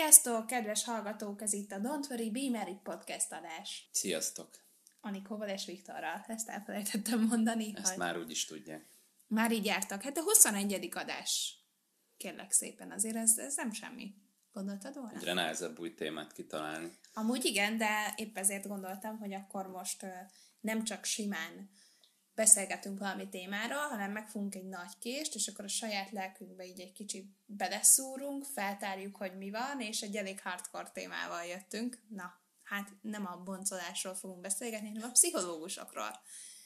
Sziasztok, kedves hallgatók! Ez itt a Don't Worry, Be Merry podcast adás. Sziasztok! Anikóval és Viktorral. Ezt elfelejtettem mondani. Ezt már úgy is tudják. Már így jártak. Hát a 21. adás. Kérlek szépen, azért ez nem semmi. Gondoltad volna? Egyre nehezebb új témát kitalálni. Amúgy igen, de épp ezért gondoltam, hogy akkor most nem csak simán beszélgetünk valami témáról, hanem megfogunk egy nagy kést, és akkor a saját lelkünkbe így egy kicsit beleszúrunk, feltárjuk, hogy mi van, és egy elég hardcore témával jöttünk. Na, hát nem a boncolásról fogunk beszélgetni, hanem a pszichológusokról.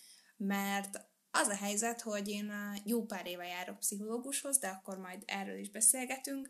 Mert az a helyzet, hogy én jó pár éve járok pszichológushoz, de akkor majd erről is beszélgetünk,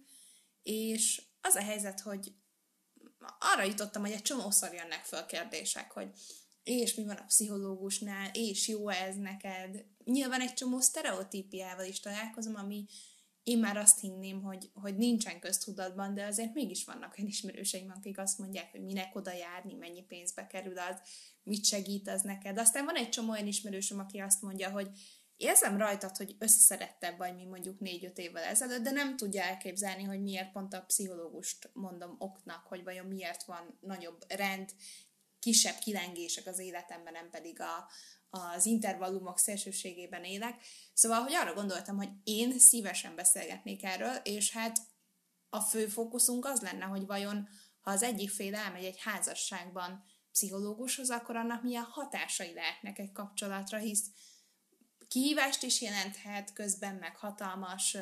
és az a helyzet, hogy arra jutottam, hogy egy csomószor jönnek föl kérdések, hogy és mi van a pszichológusnál, és jó ez neked. Nyilván egy csomó sztereotípiával is találkozom, ami én már azt hinném, hogy nincsen köztudatban, de azért mégis vannak olyan ismerőseim, akik azt mondják, hogy minek oda járni, mennyi pénzbe kerül az, mit segít az neked. Aztán van egy csomó olyan ismerősöm, aki azt mondja, hogy érzem rajtad, hogy összeszerettebb vagy, mi mondjuk 4-5 évvel ezelőtt, de nem tudja elképzelni, hogy miért pont a pszichológust mondom oknak, hogy vajon miért van nagyobb rend, kisebb kilengések az életemben, nem pedig az intervallumok szélsőségében élek. Szóval, hogy arra gondoltam, hogy én szívesen beszélgetnék erről, és hát a fő fókuszunk az lenne, hogy vajon, ha az egyik fél elmegy egy házasságban pszichológushoz, akkor annak milyen hatásai lehetnek egy kapcsolatra, hisz kihívást is jelenthet közben, meg hatalmas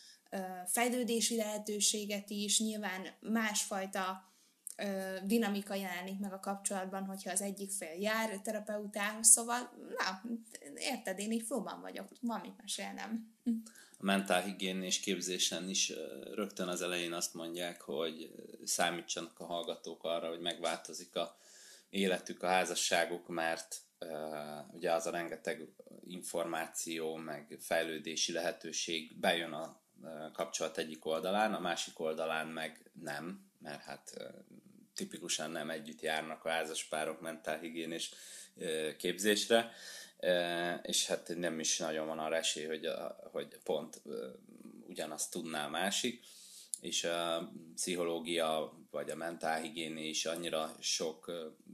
fejlődési lehetőséget is, nyilván másfajta dinamika jelenik meg a kapcsolatban, hogyha az egyik fél jár terapeutához, szóval, na, érted, én így flóban vagyok, van mit mesélnem. A mentálhigiénés képzésen is rögtön az elején azt mondják, hogy számítsanak a hallgatók arra, hogy megváltozik a életük, a házasságuk, mert ugye az a rengeteg információ, meg fejlődési lehetőség bejön a kapcsolat egyik oldalán, a másik oldalán meg nem, mert hát tipikusan nem együtt járnak a házaspárok mentálhigiénés képzésre, és hát nem is nagyon van arra esély, hogy pont ugyanazt tudná a másik, és a pszichológia vagy a mentálhigiénés annyira sok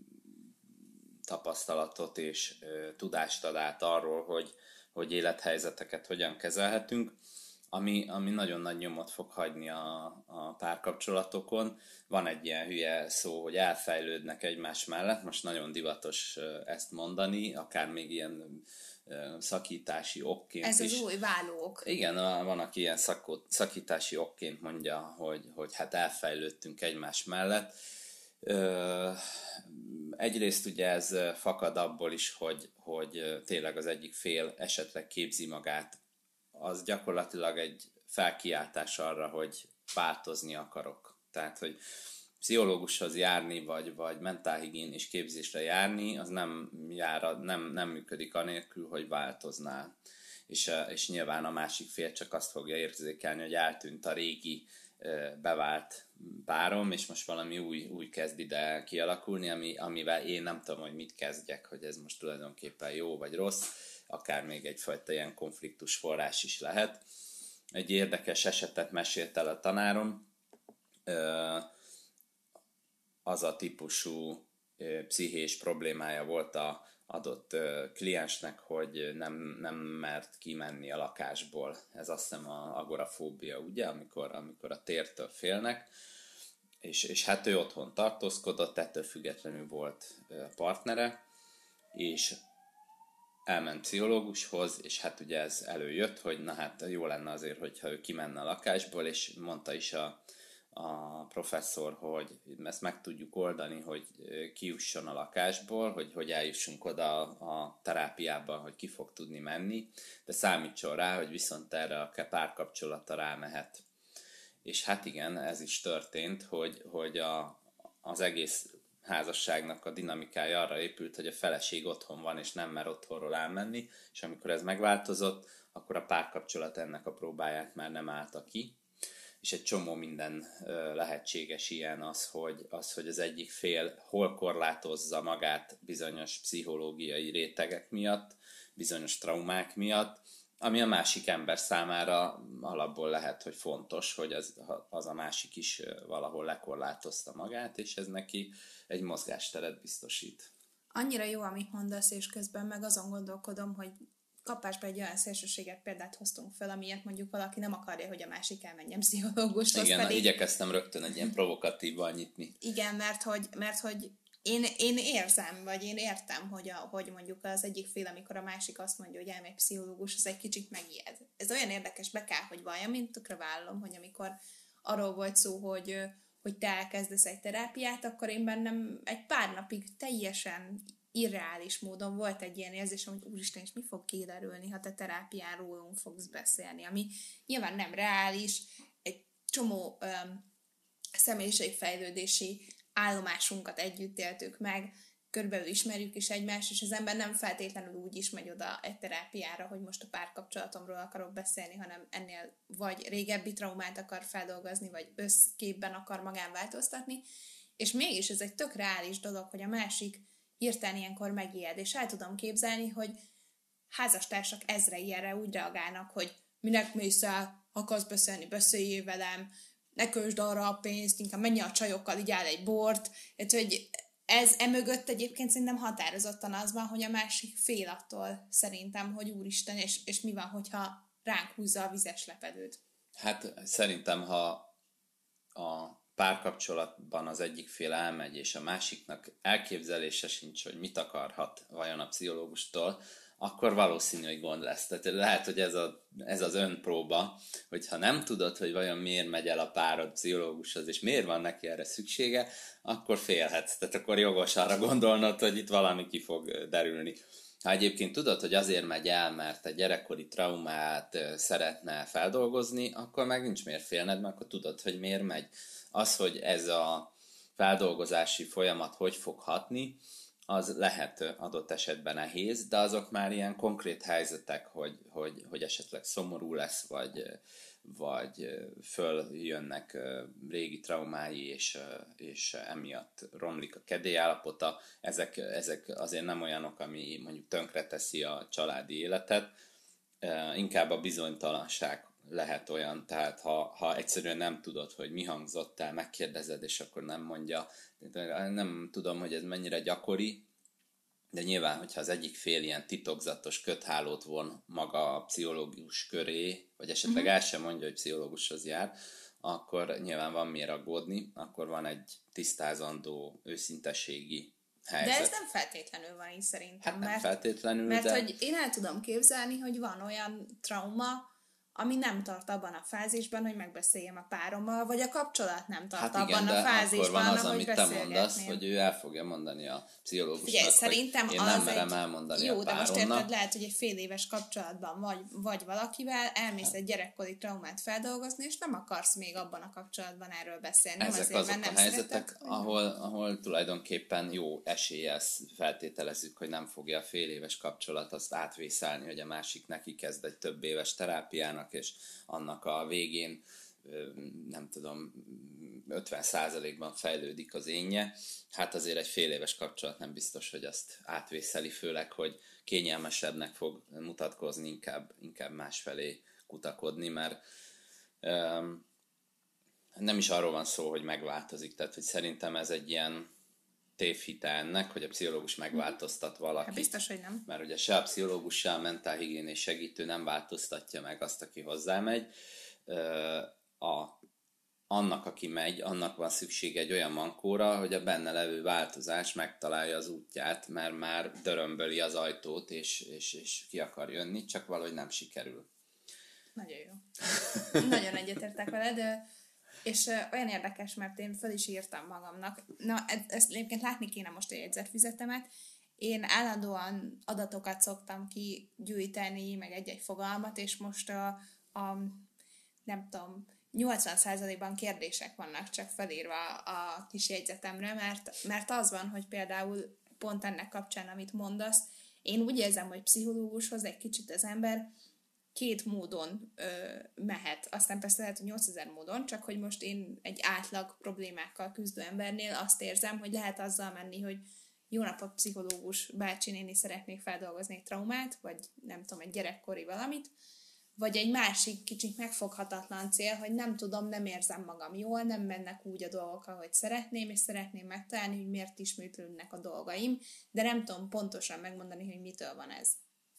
tapasztalatot és tudást ad át arról, hogy élethelyzeteket hogyan kezelhetünk, ami nagyon nagy nyomot fog hagyni a párkapcsolatokon. Van egy ilyen hülye szó, hogy elfejlődnek egymás mellett, most nagyon divatos ezt mondani, akár még ilyen szakítási okként is. Ez az új vállók. Igen, van, aki ilyen szakítási okként mondja, hogy hát elfejlődtünk egymás mellett. Egyrészt ugye ez fakad abból is, hogy tényleg az egyik fél esetleg képzi magát, az gyakorlatilag egy felkiáltás arra, hogy változni akarok. Tehát, hogy pszichológushoz járni, vagy mentálhigiénés képzésre járni, az nem működik anélkül, hogy változnál. És nyilván a másik fél csak azt fogja érzékelni, hogy eltűnt a régi bevált párom, és most valami új kezd ide kialakulni, amivel én nem tudom, hogy mit kezdjek, hogy ez most tulajdonképpen jó vagy rossz, akár még egyfajta ilyen konfliktus forrás is lehet. Egy érdekes esetet mesélt el a tanárom, az a típusú pszichés problémája volt az adott kliensnek, hogy nem mert kimenni a lakásból. Ez azt hiszem az agorafóbia, ugye, amikor a tértől félnek, és hát ő otthon tartózkodott, ettől függetlenül volt partnere, és elment pszichológushoz, és hát ugye ez előjött, hogy na hát jó lenne azért, hogyha ő kimenne a lakásból, és mondta is a professzor, hogy ezt meg tudjuk oldani, hogy kijusson a lakásból, hogy eljussunk oda a terápiában, hogy ki fog tudni menni, de számítson rá, hogy viszont erre a párkapcsolata rámehet. És hát igen, ez is történt, hogy az egész házasságnak a dinamikája arra épült, hogy a feleség otthon van, és nem mer otthonról elmenni, és amikor ez megváltozott, akkor a párkapcsolat ennek a próbáját már nem állta ki, és egy csomó minden lehetséges ilyen az, hogy az egyik fél hol korlátozza magát bizonyos pszichológiai rétegek miatt, bizonyos traumák miatt, ami a másik ember számára alapból lehet, hogy fontos, hogy az a másik is valahol lekorlátozta magát, és ez neki egy mozgásteret biztosít. Annyira jó, amit mondasz, és közben meg azon gondolkodom, hogy kapásba egy olyan szélsőséget példát hoztunk fel, amiért mondjuk valaki nem akarja, hogy a másik elmenjen pszichológushoz. Igen, pedig... igyekeztem rögtön egy ilyen provokatívval nyitni. Igen, mert hogy én érzem, vagy én értem, hogy mondjuk az egyik fél, amikor a másik azt mondja, hogy elmegy pszichológus, az egy kicsit megijed. Ez olyan érdekes, be kell, hogy valljam, mint tökre vállalom, hogy amikor arról volt szó, hogy te elkezdesz egy terápiát, akkor én bennem egy pár napig teljesen irreális módon volt egy ilyen érzésem, hogy úristen, és mi fog kiderülni, ha te terápiáról fogsz beszélni, ami nyilván nem reális, egy csomó személyiségfejlődési állomásunkat együtt éltük meg, körülbelül ismerjük is egymást, és az ember nem feltétlenül úgy is megy oda egy terápiára, hogy most a párkapcsolatomról akarok beszélni, hanem ennél vagy régebbi traumát akar feldolgozni, vagy összképben akar magán változtatni, és mégis ez egy tök reális dolog, hogy a másik hirtelen ilyenkor megijed, és el tudom képzelni, hogy házastársak ezrei erre úgy reagálnak, hogy minek mész el, akarsz beszélni, beszéljél velem, ne költsd arra a pénzt, inkább menj a csajokkal, igyál egy bort. Tehát, hogy ez emögött egyébként szerintem határozottan az van, hogy a másik fél attól szerintem, hogy úristen, és mi van, hogyha ránk húzza a vizes lepedőt. Hát szerintem, ha a párkapcsolatban az egyik fél elmegy, és a másiknak elképzelése sincs, hogy mit akarhat vajon a pszichológustól, akkor valószínű, hogy gond lesz. Tehát lehet, hogy ez az önpróba, hogyha nem tudod, hogy vajon miért megy el a párod pszichológushoz, és miért van neki erre szüksége, akkor félhetsz. Tehát akkor jogos arra gondolnod, hogy itt valami ki fog derülni. Ha egyébként tudod, hogy azért megy el, mert egy gyerekkori traumát szeretne feldolgozni, akkor meg nincs miért félned, mert akkor tudod, hogy miért megy. Az, hogy ez a feldolgozási folyamat hogy fog hatni, az lehet adott esetben nehéz, de azok már ilyen konkrét helyzetek, hogy esetleg szomorú lesz, vagy följönnek régi traumái, és emiatt romlik a kedélyállapota. Ezek azért nem olyanok, ami mondjuk tönkreteszi a családi életet, inkább a bizonytalanság lehet olyan, tehát ha egyszerűen nem tudod, hogy mi hangzott el, megkérdezed, és akkor nem mondja. Nem tudom, hogy ez mennyire gyakori, de nyilván, hogyha az egyik fél ilyen titokzatos köthálót von maga a pszichológus köré, vagy esetleg el sem mondja, hogy pszichológushoz jár, akkor nyilván van miért aggódni, akkor van egy tisztázandó őszinteségi helyzet. De ez nem feltétlenül van így szerintem. Hát nem feltétlenül, mert hogy én el tudom képzelni, hogy van olyan trauma, ami nem tart abban a fázisban, hogy megbeszéljem a párommal, vagy a kapcsolat nem tart abban a fázisban, akkor van az, amit te mondasz, hogy ő el fogja mondani a pszichológusnak, ugye, szerintem hogy én nem merem elmondani jó, a páromnak. Jó, de most érted, lehet, hogy egy fél éves kapcsolatban vagy valakivel, elmész egy gyerekkori traumát feldolgozni, és nem akarsz még abban a kapcsolatban erről beszélni. Ezek nem azok a helyzetek, ahol tulajdonképpen jó eséllyel feltételezzük, hogy nem fogja a fél éves kapcsolat azt átvészelni, hogy a másik neki kezd egy több éves terápiának, és annak a végén nem tudom, 50%-ban fejlődik az énje. Hát azért egy fél éves kapcsolat nem biztos, hogy azt átvészeli, főleg, hogy kényelmesebbnek fog mutatkozni, inkább másfelé kutakodni, mert nem is arról van szó, hogy megváltozik. Tehát, hogy szerintem ez egy ilyen tévhite ennek, hogy a pszichológus megváltoztat valakit. Hát biztos, hogy nem. Mert ugye se a pszichológus, se a mentálhigiénés segítő nem változtatja meg azt, aki hozzámegy. Annak, aki megy, annak van szüksége egy olyan mankóra, hogy a benne levő változás megtalálja az útját, mert már dörömböli az ajtót, és ki akar jönni, csak valahogy nem sikerül. Nagyon jó. Nagyon egyetértek veled, és olyan érdekes, mert én föl is írtam magamnak. Na, ezt egyébként látni kéne most a jegyzetfüzetemet. Én állandóan adatokat szoktam kigyűjteni, meg egy-egy fogalmat, és most a nem tudom, 80%-ban kérdések vannak csak felírva a kis jegyzetemre, mert az van, hogy például pont ennek kapcsán, amit mondasz, én úgy érzem, hogy pszichológushoz egy kicsit az ember két módon mehet. Aztán persze lehet, hogy 8000 módon, csak hogy most én egy átlag problémákkal küzdő embernél azt érzem, hogy lehet azzal menni, hogy jó napot, pszichológus bácsi néni, szeretnék feldolgozni egy traumát, vagy nem tudom, egy gyerekkori valamit, vagy egy másik kicsit megfoghatatlan cél, hogy nem tudom, nem érzem magam jól, nem mennek úgy a dolgok, ahogy szeretném, és szeretném megtalálni, hogy miért ismétlődnek a dolgaim, de nem tudom pontosan megmondani, hogy mitől van ez.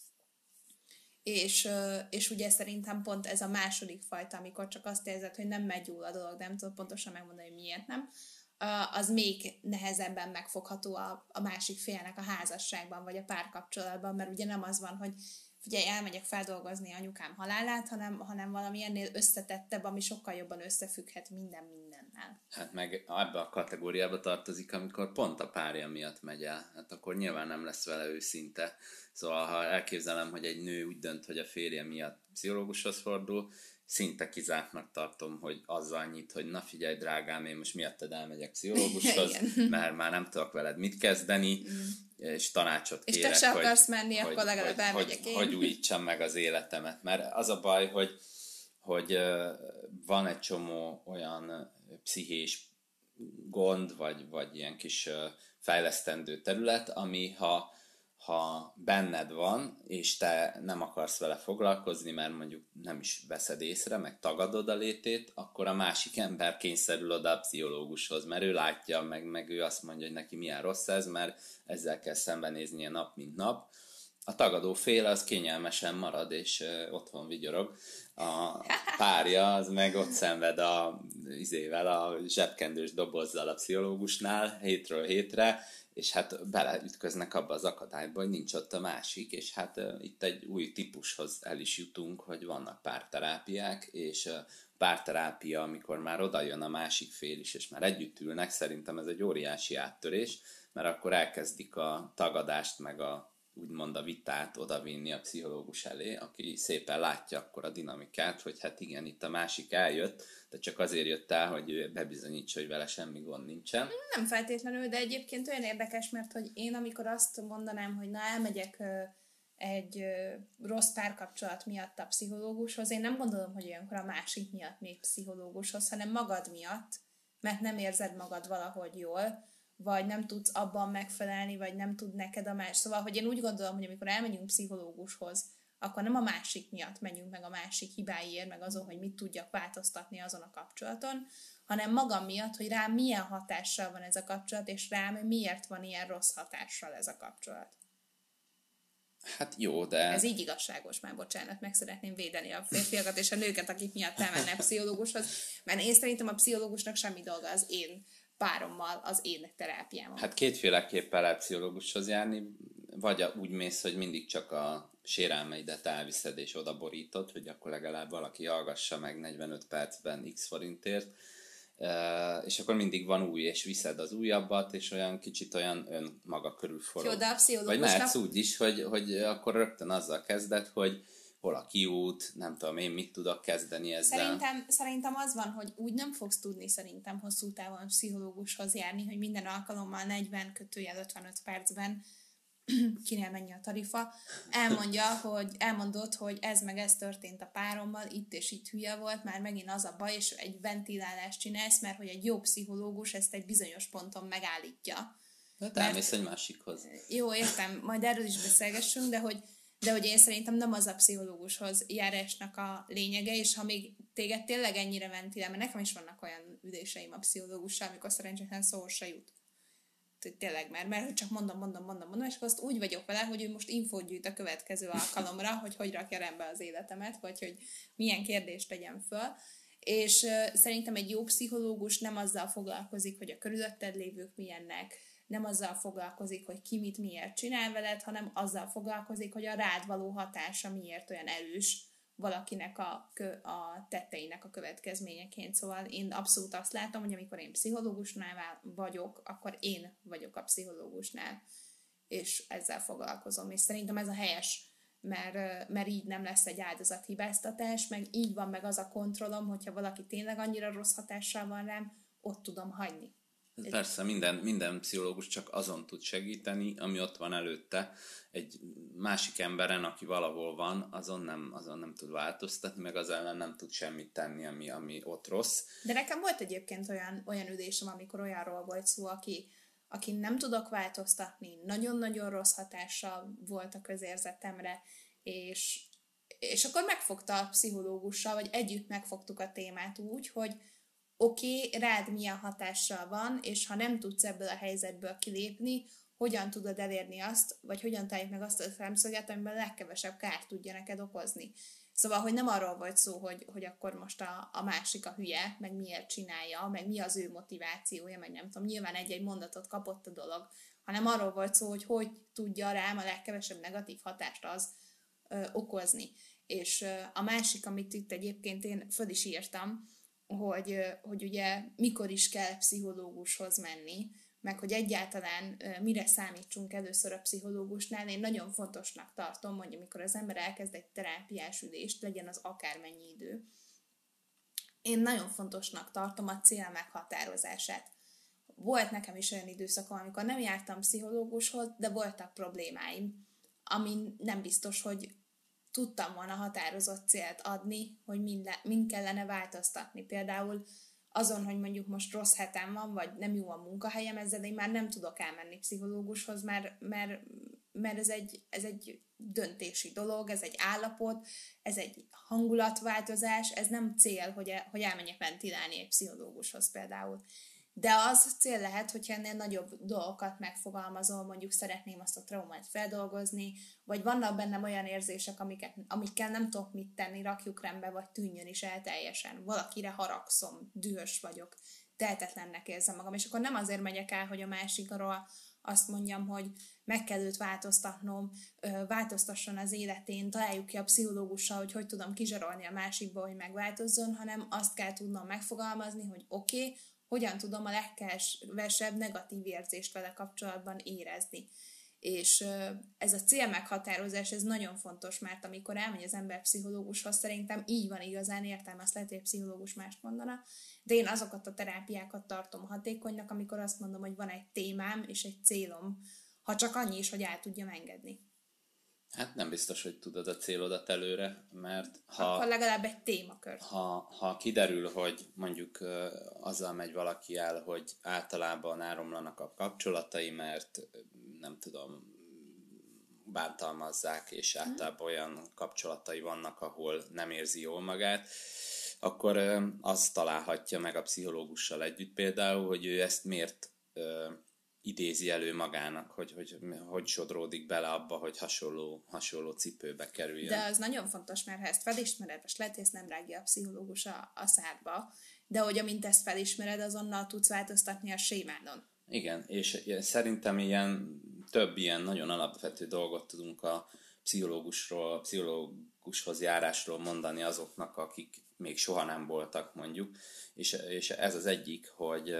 És ugye szerintem pont ez a második fajta, amikor csak azt érzed, hogy nem megy jól a dolog, de nem tudod pontosan megmondani, hogy miért nem, az még nehezebben megfogható a másik félnek a házasságban, vagy a párkapcsolatban, mert ugye nem az van, hogy figyelj, elmegyek feldolgozni anyukám halálát, hanem valami ennél összetettebb, ami sokkal jobban összefügghet mindennel. Hát meg ebbe a kategóriába tartozik, amikor pont a párja miatt megy el. Hát akkor nyilván nem lesz vele őszinte. Szóval ha elképzelem, hogy egy nő úgy dönt, hogy a férje miatt pszichológushoz fordul, szinte kizártnak tartom, hogy azzal nyit, hogy na figyelj drágám, én most miattad elmegyek pszichológushoz, mert már nem tudok veled mit kezdeni, és tanácsot kérek, és te se akarsz menni, akkor legalább elmegyek én. Hogy újítsam meg az életemet. Mert az a baj, hogy van egy csomó olyan pszichés gond, vagy ilyen kis fejlesztendő terület, ami ha benned van, és te nem akarsz vele foglalkozni, mert mondjuk nem is veszed észre, meg tagadod a létét, akkor a másik ember kényszerül oda a pszichológushoz, mert ő látja, meg ő azt mondja, hogy neki milyen rossz ez, mert ezzel kell szembenéznie nap, mint nap. A tagadó fél az kényelmesen marad, és otthon vigyorog. A párja az meg ott szenved a zsebkendős dobozzal a pszichológusnál hétről hétre, és hát beleütköznek abba az akadályba, hogy nincs ott a másik, és hát itt egy új típushoz el is jutunk, hogy vannak párterápiák, és párterápia, amikor már oda jön a másik fél is, és már együtt ülnek, szerintem ez egy óriási áttörés, mert akkor elkezdik a tagadást, meg úgymond a vitát odavinni a pszichológus elé, aki szépen látja akkor a dinamikát, hogy hát igen, itt a másik eljött, de csak azért jött el, hogy ő bebizonyítsa, hogy vele semmi gond nincsen. Nem feltétlenül, de egyébként olyan érdekes, mert hogy én amikor azt mondanám, hogy na elmegyek egy rossz párkapcsolat miatt a pszichológushoz, én nem gondolom, hogy olyankor a másik miatt még pszichológushoz, hanem magad miatt, mert nem érzed magad valahogy jól, vagy nem tudsz abban megfelelni, vagy nem tud neked a más. Szóval, hogy én úgy gondolom, hogy amikor elmegyünk pszichológushoz, akkor nem a másik miatt megyünk meg a másik hibáiért, meg azon, hogy mit tudjak változtatni azon a kapcsolaton, hanem magam miatt, hogy rám milyen hatással van ez a kapcsolat, és rám miért van ilyen rossz hatással ez a kapcsolat. Hát jó, de... Ez így igazságos, már bocsánat, meg szeretném védeni a férfiakat és a nőket, akik miatt elmennek pszichológushoz, mert én szerintem a pszichológusnak semmi dolga az én párommal, az én terápiámmal. Hát kétféleképpen lehet pszichológushoz járni, vagy úgy mész, hogy mindig csak a sérelmeidet elviszed és oda borítod, hogy akkor legalább valaki hallgassa meg 45 percben x forintért, és akkor mindig van új, és viszed az újabbat, és olyan kicsit olyan önmaga körül forog. Jó, de a pszichológusnak... Vagy mehetsz úgy is, hogy akkor rögtön azzal kezded, hogy hol a kiút, nem tudom én mit tudok kezdeni ezzel. Szerintem az van, hogy úgy nem fogsz tudni szerintem hosszú távon pszichológushoz járni, hogy minden alkalommal 40-55 percben kinél mennyi a tarifa, elmondod, hogy ez meg ez történt a párommal, itt és itt hülye volt, már megint az a baj, és egy ventilálást csinálsz, mert hogy egy jó pszichológus ezt egy bizonyos ponton megállítja. Hát elmész egy másikhoz. Jó, értem, majd erről is beszélgessünk, de hogy én szerintem nem az a pszichológushoz járásnak a lényege, és ha még téged tényleg ennyire ventilál, mert nekem is vannak olyan üléseim a pszichológussal, amikor szerencsétlen szó se jut. Tényleg, mert csak mondom, és akkor azt úgy vagyok vele, hogy ő most infót gyűjt a következő alkalomra, hogy rakja rendbe az életemet, vagy hogy milyen kérdést tegyem föl. És szerintem egy jó pszichológus nem azzal foglalkozik, hogy a körülötted lévők milyennek, nem azzal foglalkozik, hogy ki mit miért csinál veled, hanem azzal foglalkozik, hogy a rád való hatása miért olyan erős valakinek a tetteinek a következményeként. Szóval én abszolút azt látom, hogy amikor én pszichológusnál vagyok, akkor én vagyok a pszichológusnál, és ezzel foglalkozom. És szerintem ez a helyes, mert így nem lesz egy áldozathibáztatás, meg így van meg az a kontrollom, hogyha valaki tényleg annyira rossz hatással van rám, ott tudom hagyni. Persze, minden pszichológus csak azon tud segíteni, ami ott van előtte. Egy másik emberen, aki valahol van, azon nem tud változtatni, meg az ellen nem tud semmit tenni, ami ott rossz. De nekem volt egyébként olyan ülésem, amikor olyanról volt szó, aki nem tudok változtatni, nagyon-nagyon rossz hatással volt a közérzetemre, és És akkor megfogta a pszichológussal, vagy együtt megfogtuk a témát úgy, hogy oké, rád milyen hatással van, és ha nem tudsz ebből a helyzetből kilépni, hogyan tudod elérni azt, vagy hogyan találjuk meg azt a szemszöget, amiben a legkevesebb kárt tudja neked okozni. Szóval, hogy nem arról volt szó, hogy akkor most a másik a hülye, meg miért csinálja, meg mi az ő motivációja, meg nem tudom, nyilván egy-egy mondatot kapott a dolog, hanem arról volt szó, hogy tudja rám a legkevesebb negatív hatást az okozni. És a másik, amit itt egyébként én föl is írtam, hogy ugye mikor is kell pszichológushoz menni, meg hogy egyáltalán mire számítsunk először a pszichológusnál. Én nagyon fontosnak tartom, hogy amikor az ember elkezd egy terápiás ülést, legyen az akármennyi idő, én nagyon fontosnak tartom a cél meghatározását. Volt nekem is olyan időszakom, amikor nem jártam pszichológushoz, de voltak problémáim, amin nem biztos, hogy tudtam volna határozott célt adni, hogy mind kellene változtatni. Például azon, hogy mondjuk most rossz hetem van, vagy nem jó a munkahelyem, ezzel én már nem tudok elmenni pszichológushoz, mert ez egy döntési dolog, ez egy állapot, ez egy hangulatváltozás, ez nem cél, hogy elmenjek ventilálni egy pszichológushoz például. De az cél lehet, hogyha ennél nagyobb dolgokat megfogalmazol, mondjuk szeretném azt a traumát feldolgozni, vagy vannak bennem olyan érzések, amikkel nem tudok mit tenni, rakjuk rendbe, vagy tűnjön is el teljesen. Valakire haragszom, dühös vagyok, tehetetlennek érzem magam, és akkor nem azért megyek el, hogy a másikról azt mondjam, hogy meg kell őt változtatnom, változtasson az életén, találjuk ki a pszichológussal, hogy tudom kizsarolni a másikba, hogy megváltozzon, hanem azt kell tudnom megfogalmazni, hogy oké, hogyan tudom a legkevesebb negatív érzést vele kapcsolatban érezni. És ez a célmeghatározás, ez nagyon fontos, mert amikor elmegy az ember pszichológushoz, szerintem így van igazán értelme, azt lehet, hogy a pszichológus mást mondana, de én azokat a terápiákat tartom hatékonynak, amikor azt mondom, hogy van egy témám és egy célom, ha csak annyi is, hogy el tudjam engedni. Hát nem biztos, hogy tudod a célodat előre, mert akkor legalább egy témakör. Ha kiderül, hogy mondjuk azzal megy valaki el, hogy általában áromlanak a kapcsolatai, mert nem tudom, bántalmazzák, és általában olyan kapcsolatai vannak, ahol nem érzi jól magát, akkor azt találhatja meg a pszichológussal együtt például, hogy ő ezt miért idézi elő magának, hogy sodródik bele abba, hogy hasonló cipőbe kerüljön. De az nagyon fontos, mert ha ezt felismered, most lehet, hogy ezt nem rágja a pszichológus a szádba, de hogy amint ezt felismered, azonnal tudsz változtatni a sémádon. Igen, és szerintem több ilyen nagyon alapvető dolgot tudunk a pszichológushoz járásról mondani azoknak, akik még soha nem voltak, mondjuk, és ez az egyik, hogy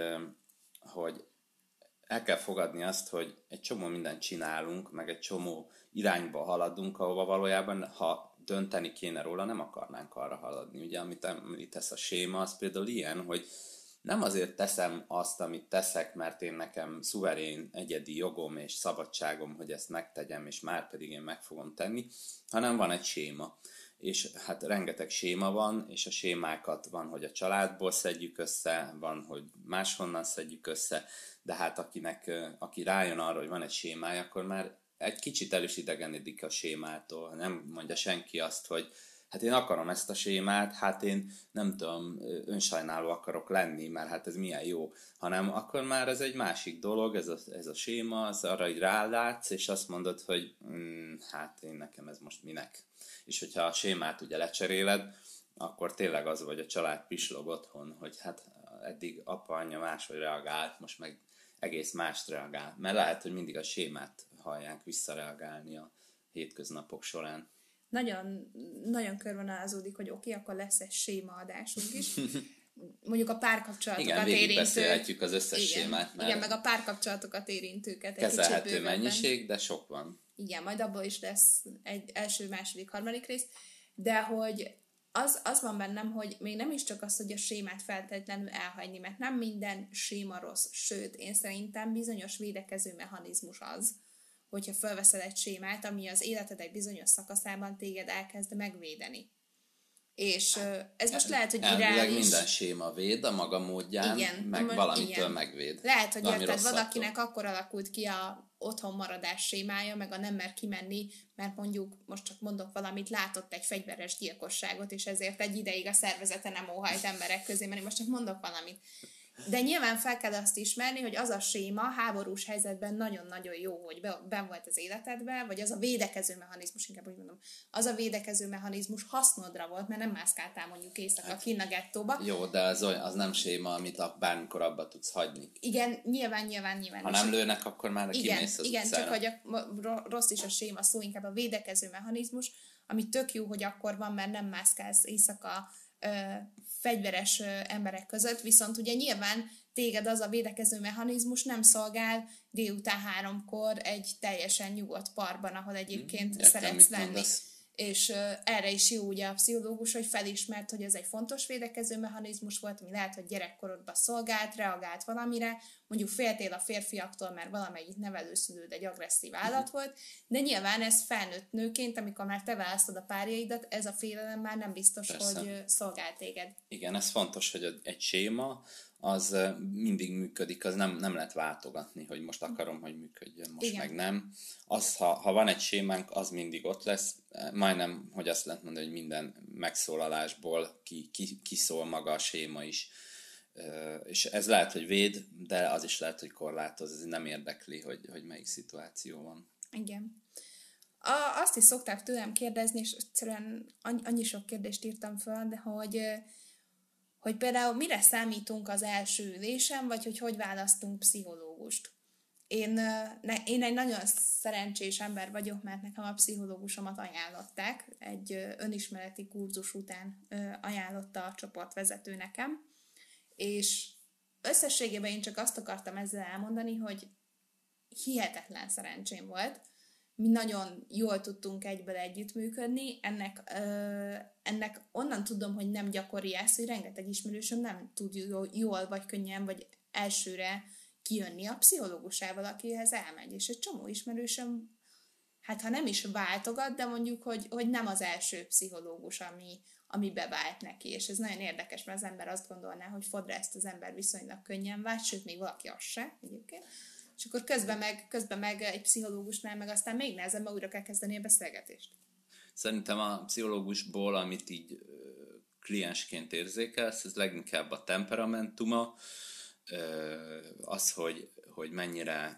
el kell fogadni azt, hogy egy csomó mindent csinálunk, meg egy csomó irányba haladunk, ahova valójában, ha dönteni kéne róla, nem akarnánk arra haladni. Ugye, amit említesz a séma, az például ilyen, hogy nem azért teszem azt, amit teszek, mert én nekem szuverén, egyedi jogom és szabadságom, hogy ezt megtegyem, és már pedig én meg fogom tenni, hanem van egy séma. És hát rengeteg séma van, és a sémákat van, hogy a családból szedjük össze, van, hogy máshonnan szedjük össze, de hát aki rájön arra, hogy van egy sémája, akkor már egy kicsit el is idegenedik a sémától. Nem mondja senki azt, hogy hát én akarom ezt a sémát, hát én nem tudom, önsajnáló akarok lenni, mert hát ez milyen jó, hanem akkor már ez egy másik dolog, ez a séma, az arra így rálátsz, és azt mondod, hogy hát én nekem ez most minek. És hogyha a sémát ugye lecseréled, akkor tényleg az vagy a család pislog otthon, hogy hát eddig apa, anya máshogy reagált, most meg egész mást reagál. Mert lehet, hogy mindig a sémát hallják visszareagálni a hétköznapok során. Nagyon, nagyon körvonalazódik, hogy oké, akkor lesz egy sémaadásunk is. Mondjuk a párkapcsolatokat érintő... Igen, beszélhetjük az összes sémát. Igen, meg a párkapcsolatokat érintőket. Kezelhető mennyiség, de sok van. Igen, majd abból is lesz egy első, második, harmadik rész, de hogy az van bennem, hogy még nem is csak az, hogy a sémát feltétlenül elhagyni, mert nem minden séma rossz, sőt, én szerintem bizonyos védekező mechanizmus az, hogyha felveszel egy sémát, ami az életed egy bizonyos szakaszában téged elkezd megvédeni. És ez most lehet, hogy irreális. Minden séma véd a maga módján, igen, meg valamitől igen. megvéd. Lehet, hogy érted, van, akinek akkor alakult ki a otthon maradás sémája, meg a nem mer kimenni, mert mondjuk, most csak mondok valamit, látott egy fegyveres gyilkosságot, és ezért egy ideig a szervezete nem óhajt emberek közé menni, most csak mondok valamit. De nyilván fel kell azt ismerni, hogy az a séma háborús helyzetben nagyon-nagyon jó, hogy benn volt az életedben, vagy az a védekező mechanizmus, inkább úgy mondom, az a védekező mechanizmus hasznodra volt, mert nem mászkáltál mondjuk éjszaka kinn a gettóba. Jó, de az nem séma, amit bármikor abba tudsz hagyni. Igen, nyilván. Ha nem lőnek, akkor már kimész az igen, utcára. csak hogy rossz is a séma szó, inkább a védekező mechanizmus, ami tök jó, hogy akkor van, mert nem mászkálsz éjszaka fegyveres emberek között, viszont ugye nyilván téged az a védekező mechanizmus nem szolgál délután 3-kor egy teljesen nyugodt parkban, ahol egyébként szeretsz lenni. Mondasz. És erre is jó ugye a pszichológus, hogy felismert, hogy ez egy fontos védekező mechanizmus volt, ami lehet, hogy gyerekkorodban szolgált, reagált valamire, mondjuk féltél a férfiaktól, mert valamelyik nevelőszülőd egy agresszív állat volt, de nyilván ez felnőtt nőként, amikor már te választod a párjaidat, ez a félelem már nem biztos, persze, hogy szolgál téged. Igen, ez fontos, hogy egy séma az mindig működik, az nem lehet váltogatni, hogy most akarom, hogy működjön, most igen, meg nem. Az, ha van egy sémánk, az mindig ott lesz. Majdnem, hogy azt lehet mondani, hogy minden megszólalásból kiszól maga a séma is. És ez lehet, hogy véd, de az is lehet, hogy korlátoz, ez nem érdekli, hogy melyik szituáció van. Igen. Azt is szokták tőlem kérdezni, és egyszerűen annyi sok kérdést írtam föl, de hogy például mire számítunk az első ülésen, vagy hogy választunk pszichológust. Én egy nagyon szerencsés ember vagyok, mert nekem a pszichológusomat ajánlották. Egy önismereti kurzus után ajánlotta a csoportvezető nekem. És összességében én csak azt akartam ezzel elmondani, hogy hihetetlen szerencsém volt. Mi nagyon jól tudtunk egyből együttműködni. Ennek onnan tudom, hogy nem gyakori ez, hogy rengeteg ismerősöm nem tud jól, vagy könnyen, vagy elsőre kijönni a pszichológusával, akihez elmegy. És egy csomó ismerősöm, hát ha nem is váltogat, de mondjuk, hogy nem az első pszichológus, ami bevált neki. És ez nagyon érdekes, mert az ember azt gondolná, hogy fodrászt az ember viszonylag könnyen vált, sőt, még valaki az se egyébként. És akkor közben meg egy pszichológusnál meg aztán még nehezebben újra kell kezdeni a beszélgetést. Szerintem a pszichológusból, amit így kliensként érzékelsz, ez leginkább a temperamentuma, az, hogy mennyire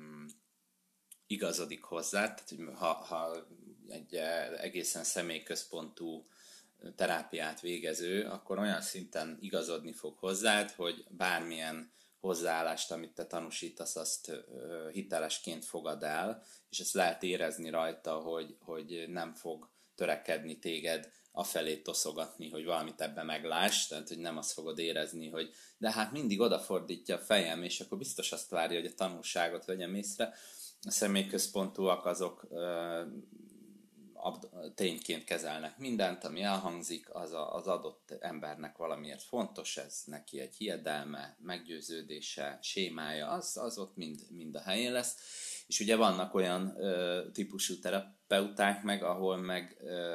igazodik hozzá, tehát ha egy egészen személyközpontú terápiát végező, akkor olyan szinten igazodni fog hozzád, hogy bármilyen hozzáállást, amit te tanúsítasz, azt hitelesként fogad el, és ezt lehet érezni rajta, hogy nem fog törekedni téged afelé toszogatni, hogy valamit ebbe megláss, tehát hogy nem azt fogod érezni, hogy de hát mindig odafordítja a fejem, és akkor biztos azt várja, hogy a tanulságot vegyem észre. A személyközpontúak azok tényként kezelnek mindent, ami elhangzik, az adott embernek valamiért fontos, ez neki egy hiedelme, meggyőződése, sémája, az ott mind a helyén lesz. És ugye vannak olyan típusú terapeuták meg, ahol meg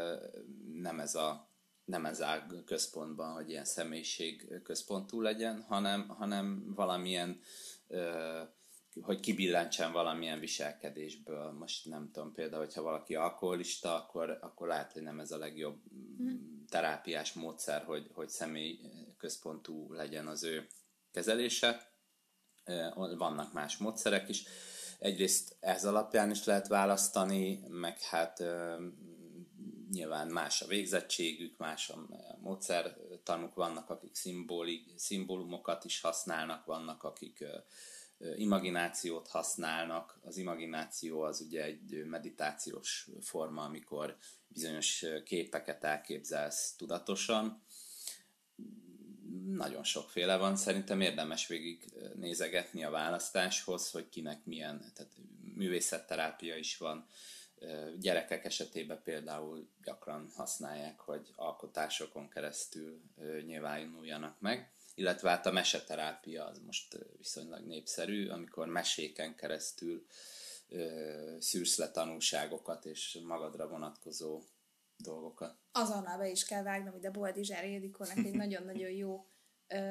nem ez áll központban, hogy ilyen személyiség központú legyen, hanem valamilyen hogy kibillentsen valamilyen viselkedésből. Most nem tudom, például, hogyha valaki alkoholista, akkor lehet, hogy nem ez a legjobb terápiás módszer, hogy személy központú legyen az ő kezelése. Vannak más módszerek is. Egyrészt ez alapján is lehet választani, meg hát nyilván más a végzettségük, más a módszertanuk, vannak, akik szimbólumokat is használnak, vannak, akik imaginációt használnak. Az imagináció az ugye egy meditációs forma, amikor bizonyos képeket elképzelsz tudatosan. Nagyon sokféle van, szerintem érdemes végig nézegetni a választáshoz, hogy kinek milyen, tehát művészetterápia is van. Gyerekek esetében például gyakran használják, hogy alkotásokon keresztül nyilvánuljanak meg, illetve hát a meseterápia az most viszonylag népszerű, amikor meséken keresztül szűrsz le tanulságokat és magadra vonatkozó dolgokat. Azonnal be is kell vágnom ide Boldizsár Ildikónak egy nagyon-nagyon jó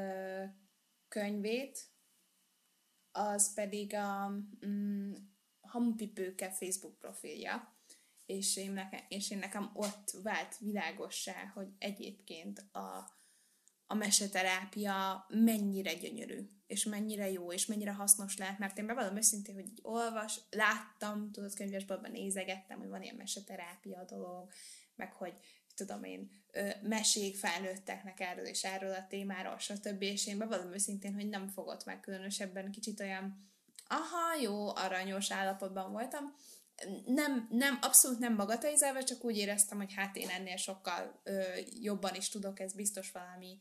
könyvét, az pedig Hamupipőke Facebook profilja, és én nekem ott vált világossá, hogy egyébként a meseterápia mennyire gyönyörű, és mennyire jó, és mennyire hasznos lehet, mert én bevallom őszintén, hogy láttam, tudod, könyvesboltban nézegettem, hogy van ilyen meseterápia dolog, meg hogy tudom én, mesék felnőtteknek erről a témáról, stb. És én bevallom őszintén, hogy nem fogott meg, különösebben kicsit olyan jó, aranyos állapotban voltam. Abszolút nem bagatelizálva, csak úgy éreztem, hogy hát én ennél sokkal jobban is tudok, ez biztos valami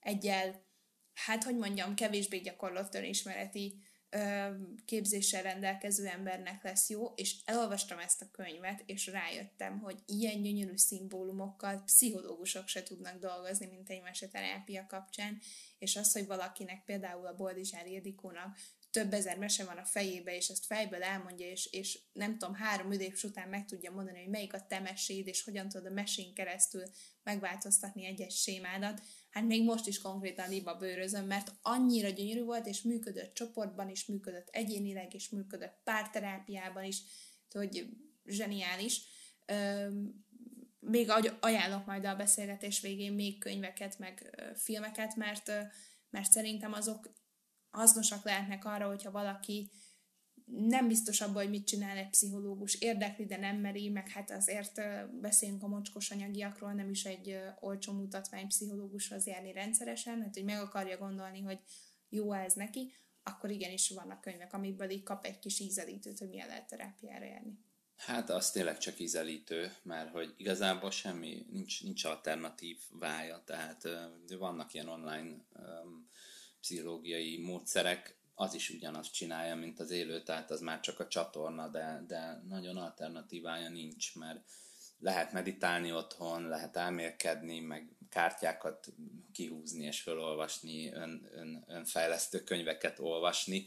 kevésbé gyakorlott önismereti képzéssel rendelkező embernek lesz jó, és elolvastam ezt a könyvet, és rájöttem, hogy ilyen gyönyörű szimbólumokkal pszichológusok se tudnak dolgozni, mint egy meseterápia kapcsán, és az, hogy valakinek például a Boldizsár Ildikónak több ezer mese van a fejébe, és ezt fejből elmondja, és nem tudom, 3 üdéps után meg tudja mondani, hogy melyik a te meséd, és hogyan tudod a mesén keresztül megváltoztatni egy-egy sémádat. Hát még most is konkrétan liba bőrözöm, mert annyira gyönyörű volt, és működött csoportban is, működött egyénileg is, működött párterápiában is, hogy zseniális. Még ajánlok majd a beszélgetés végén még könyveket, meg filmeket, mert szerintem azok hasznosak lehetnek arra, hogyha valaki nem biztos abban, hogy mit csinál egy pszichológus, érdekli, de nem meri, meg hát azért beszélünk a mocskos anyagiakról, nem is egy olcsó mutatvány pszichológushoz járni rendszeresen, hát hogy meg akarja gondolni, hogy jó ez neki, akkor igenis vannak könyvek, amiből így kap egy kis ízelítőt, hogy milyen lehet terápiára járni. Hát az tényleg csak ízelítő, mert hogy igazából nincs alternatív vája, tehát vannak ilyen online pszichológiai módszerek, az is ugyanazt csinálja, mint az élő, tehát az már csak a csatorna, de nagyon alternatívája nincs, mert lehet meditálni otthon, lehet elmélkedni, meg kártyákat kihúzni és felolvasni, önfejlesztő könyveket olvasni.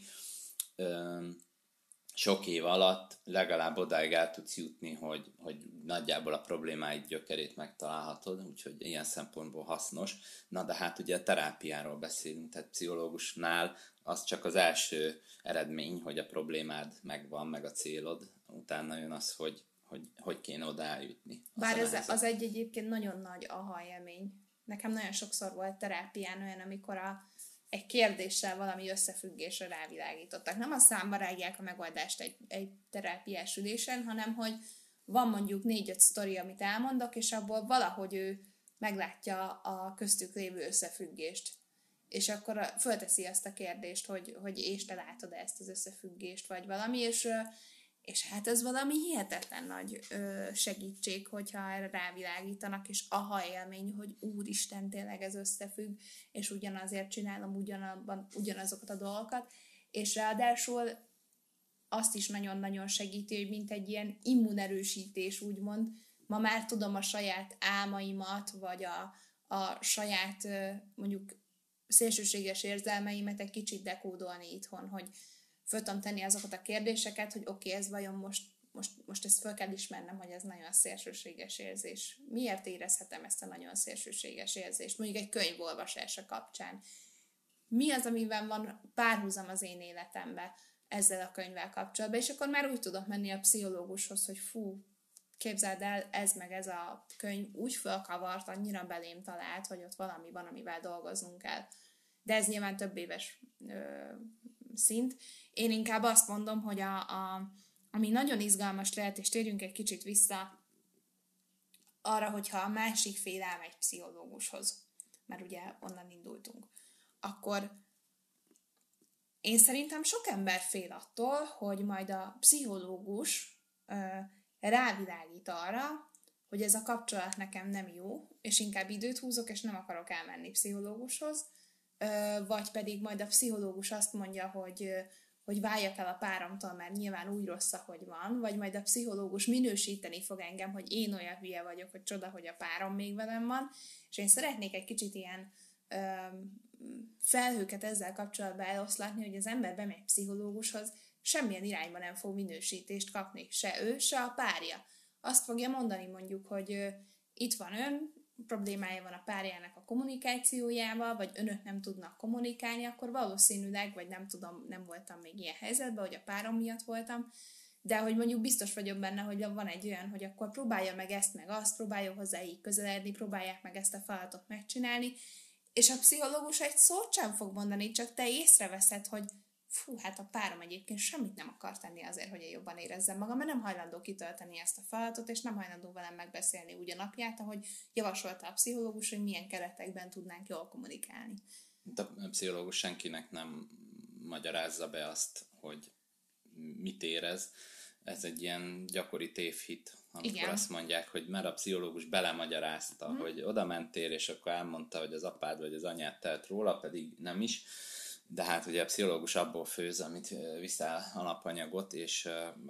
Sok év alatt legalább odáig el tudsz jutni, hogy nagyjából a problémáid gyökerét megtalálhatod, úgyhogy ilyen szempontból hasznos. Na de hát ugye a terápiáról beszélünk, tehát pszichológusnál az csak az első eredmény, hogy a problémád megvan, meg a célod, utána jön az, hogy kéne oda eljutni. Bár az egyébként nagyon nagy aha élmény. Nekem nagyon sokszor volt terápián olyan, amikor egy kérdéssel valami összefüggésre rávilágítottak. Nem a számba rágják a megoldást egy terápiás ülésen, hanem hogy van mondjuk 4-5 sztori, amit elmondok, és abból valahogy ő meglátja a köztük lévő összefüggést. És akkor fölteszi azt a kérdést, hogy és te látod ezt az összefüggést, vagy valami, és hát ez valami hihetetlen nagy segítség, hogyha erre rávilágítanak, és aha élmény, hogy úristen, tényleg ez összefügg, és ugyanazért csinálom ugyanazokat a dolgokat, és ráadásul azt is nagyon-nagyon segíti, hogy mint egy ilyen immunerősítés, úgymond, ma már tudom a saját álmaimat, vagy a saját mondjuk szélsőséges érzelmeimet egy kicsit dekódolni itthon, hogy föl tudom tenni azokat a kérdéseket, hogy oké, ez vajon most ezt föl kell ismernem, hogy ez nagyon szélsőséges érzés. Miért érezhetem ezt a nagyon szélsőséges érzést? Mondjuk egy könyv olvasása kapcsán. Mi az, amiben van párhuzam az én életemben ezzel a könyvvel kapcsolatban? És akkor már úgy tudok menni a pszichológushoz, hogy képzeld el, ez meg ez a könyv úgy fölkavart, annyira belém talált, hogy ott valami van, amivel dolgoznunk kell. De ez nyilván több éves szint. Én inkább azt mondom, hogy ami nagyon izgalmas lehet, és térjünk egy kicsit vissza arra, hogyha a másik fél elmegy pszichológushoz, mert ugye onnan indultunk, akkor én szerintem sok ember fél attól, hogy majd a pszichológus rávilágít arra, hogy ez a kapcsolat nekem nem jó, és inkább időt húzok, és nem akarok elmenni pszichológushoz, vagy pedig majd a pszichológus azt mondja, hogy váljak el a páromtól, mert nyilván úgy rossz, ahogy van, vagy majd a pszichológus minősíteni fog engem, hogy én olyan hülye vagyok, hogy csoda, hogy a párom még velem van, és én szeretnék egy kicsit ilyen felhőket ezzel kapcsolatban eloszlatni, hogy az ember bemegy pszichológushoz, semmilyen irányban nem fog minősítést kapni, se ő, se a párja. Azt fogja mondani mondjuk, hogy itt van ön, problémája van a párjának a kommunikációjával, vagy önök nem tudnak kommunikálni, akkor valószínűleg, vagy nem tudom, nem voltam még ilyen helyzetben, hogy a párom miatt voltam, de hogy mondjuk biztos vagyok benne, hogy van egy olyan, hogy akkor próbálja meg ezt, meg azt, próbálja hozzá így közeledni, próbálják meg ezt a feladatot megcsinálni, és a pszichológus egy szót sem fog mondani, csak te észreveszed, hogy fú, hát a párom egyébként semmit nem akar tenni azért, hogy én jobban érezzem magam, mert nem hajlandó kitölteni ezt a feladatot, és nem hajlandó velem megbeszélni úgy a napját, ahogy javasolta a pszichológus, hogy milyen keretekben tudnánk jól kommunikálni. A pszichológus senkinek nem magyarázza be azt, hogy mit érez. Ez egy ilyen gyakori tévhit, amikor igen. Azt mondják, hogy mert a pszichológus belemagyarázta, hogy oda mentél, és akkor elmondta, hogy az apád vagy az anyád telt róla, pedig nem is. De hát ugye a pszichológus abból főz, amit viszel alapanyagot, és